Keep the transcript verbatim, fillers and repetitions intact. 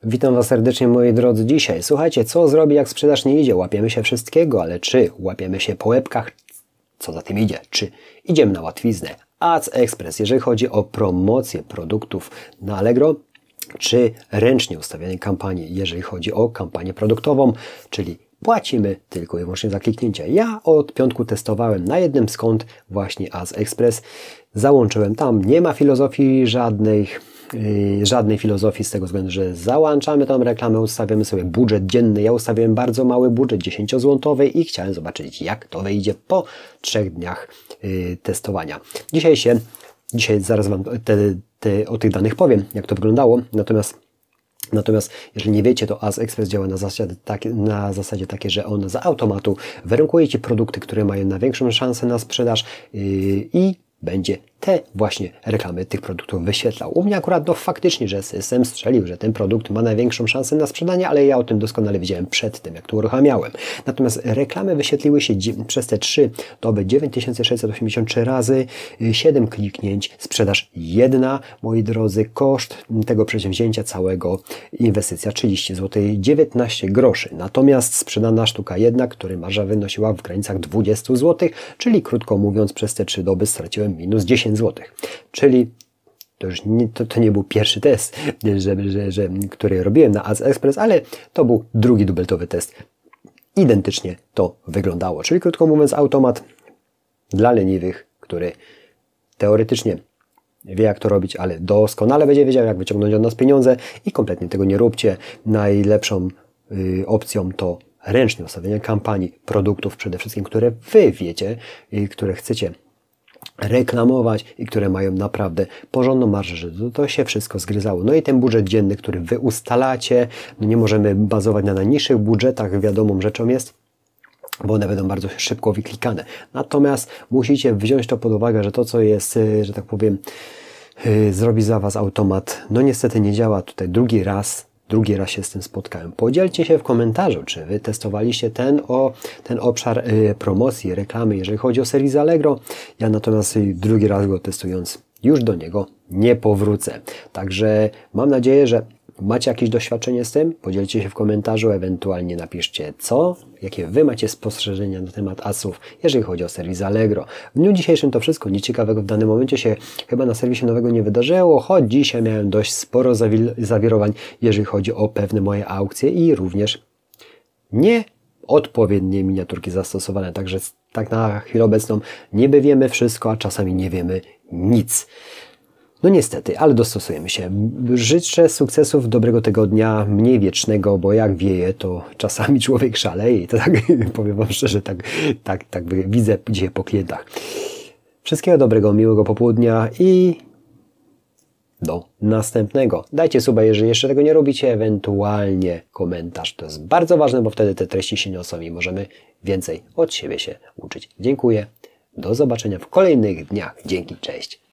Witam Was serdecznie, moi drodzy. Dzisiaj słuchajcie, co zrobi, jak sprzedaż nie idzie. Łapiemy się wszystkiego, ale czy łapiemy się po łebkach? Co za tym idzie? Czy idziemy na łatwiznę? Ads Express, jeżeli chodzi o promocję produktów na Allegro, czy ręcznie ustawianie kampanii, jeżeli chodzi o kampanię produktową, czyli płacimy tylko i wyłącznie za kliknięcie. Ja od piątku testowałem na jednym z kont właśnie Ads Express. Załączyłem tam, nie ma filozofii żadnej, yy, żadnej filozofii z tego względu, że załączamy tam reklamę, ustawiamy sobie budżet dzienny. Ja ustawiłem bardzo mały budżet, dziesięciozłotowy i chciałem zobaczyć, jak to wyjdzie po trzech dniach yy, testowania. Dzisiaj się, dzisiaj zaraz Wam te, te, o tych danych powiem, jak to wyglądało, natomiast Natomiast jeżeli nie wiecie, to Ads Express działa na zasadzie, takie, na zasadzie takie, że on z automatu warunkuje Ci produkty, które mają największą szansę na sprzedaż yy, i będzie te właśnie reklamy tych produktów wyświetlał. U mnie akurat no faktycznie, że system strzelił, że ten produkt ma największą szansę na sprzedanie, ale ja o tym doskonale wiedziałem przed tym, jak to uruchamiałem. Natomiast reklamy wyświetliły się przez te trzy doby dziewięć tysięcy sześćset osiemdziesiąt trzy razy, siedem kliknięć, sprzedaż jedna, moi drodzy, koszt tego przedsięwzięcia całego, inwestycja trzydzieści złotych dziewiętnaście groszy. Natomiast sprzedana sztuka jedna, której marża wynosiła w granicach dwadzieścia złotych, czyli krótko mówiąc przez te trzy doby straciłem minus dziesięć złotych. Czyli to już nie, to, to nie był pierwszy test, że, że, że, który robiłem na Ads Express, ale to był drugi dubeltowy test. Identycznie to wyglądało. Czyli krótko mówiąc, automat dla leniwych, który teoretycznie wie, jak to robić, ale doskonale będzie wiedział, jak wyciągnąć od nas pieniądze i kompletnie tego nie róbcie. Najlepszą y, opcją to ręczne ustawienie kampanii, produktów przede wszystkim, które Wy wiecie, y, które chcecie reklamować i które mają naprawdę porządną marżę, że to, to się wszystko zgryzało. No i ten budżet dzienny, który Wy ustalacie, no nie możemy bazować na najniższych budżetach, wiadomą rzeczą jest, bo one będą bardzo szybko wyklikane. Natomiast musicie wziąć to pod uwagę, że to, co jest, że tak powiem, zrobi za Was automat, no niestety nie działa tutaj drugi raz. Drugi raz się z tym spotkałem. Podzielcie się w komentarzu, czy Wy testowaliście ten, o, ten obszar y, promocji, reklamy, jeżeli chodzi o serwis Allegro. Ja natomiast y, drugi raz go testując już do niego nie powrócę. Także mam nadzieję, że macie jakieś doświadczenie z tym. Podzielcie się w komentarzu, ewentualnie napiszcie co, jakie Wy macie spostrzeżenia na temat adsów, jeżeli chodzi o serwis Allegro. W dniu dzisiejszym to wszystko. Nic ciekawego w danym momencie się chyba na serwisie nowego nie wydarzyło, choć dzisiaj miałem dość sporo zawirowań, jeżeli chodzi o pewne moje aukcje i również nieodpowiednie miniaturki zastosowane. Także tak na chwilę obecną niby wiemy wszystko, a czasami nie wiemy nic. No niestety, ale dostosujemy się. Życzę sukcesów, dobrego tygodnia, mniej wiecznego, bo jak wieje, to czasami człowiek szaleje i to tak powiem Wam szczerze, tak, tak, tak widzę dzisiaj po klientach. Wszystkiego dobrego, miłego popołudnia i do następnego. Dajcie suba, jeżeli jeszcze tego nie robicie, ewentualnie komentarz. To jest bardzo ważne, bo wtedy te treści się niosą i możemy więcej od siebie się uczyć. Dziękuję. Do zobaczenia w kolejnych dniach. Dzięki, cześć.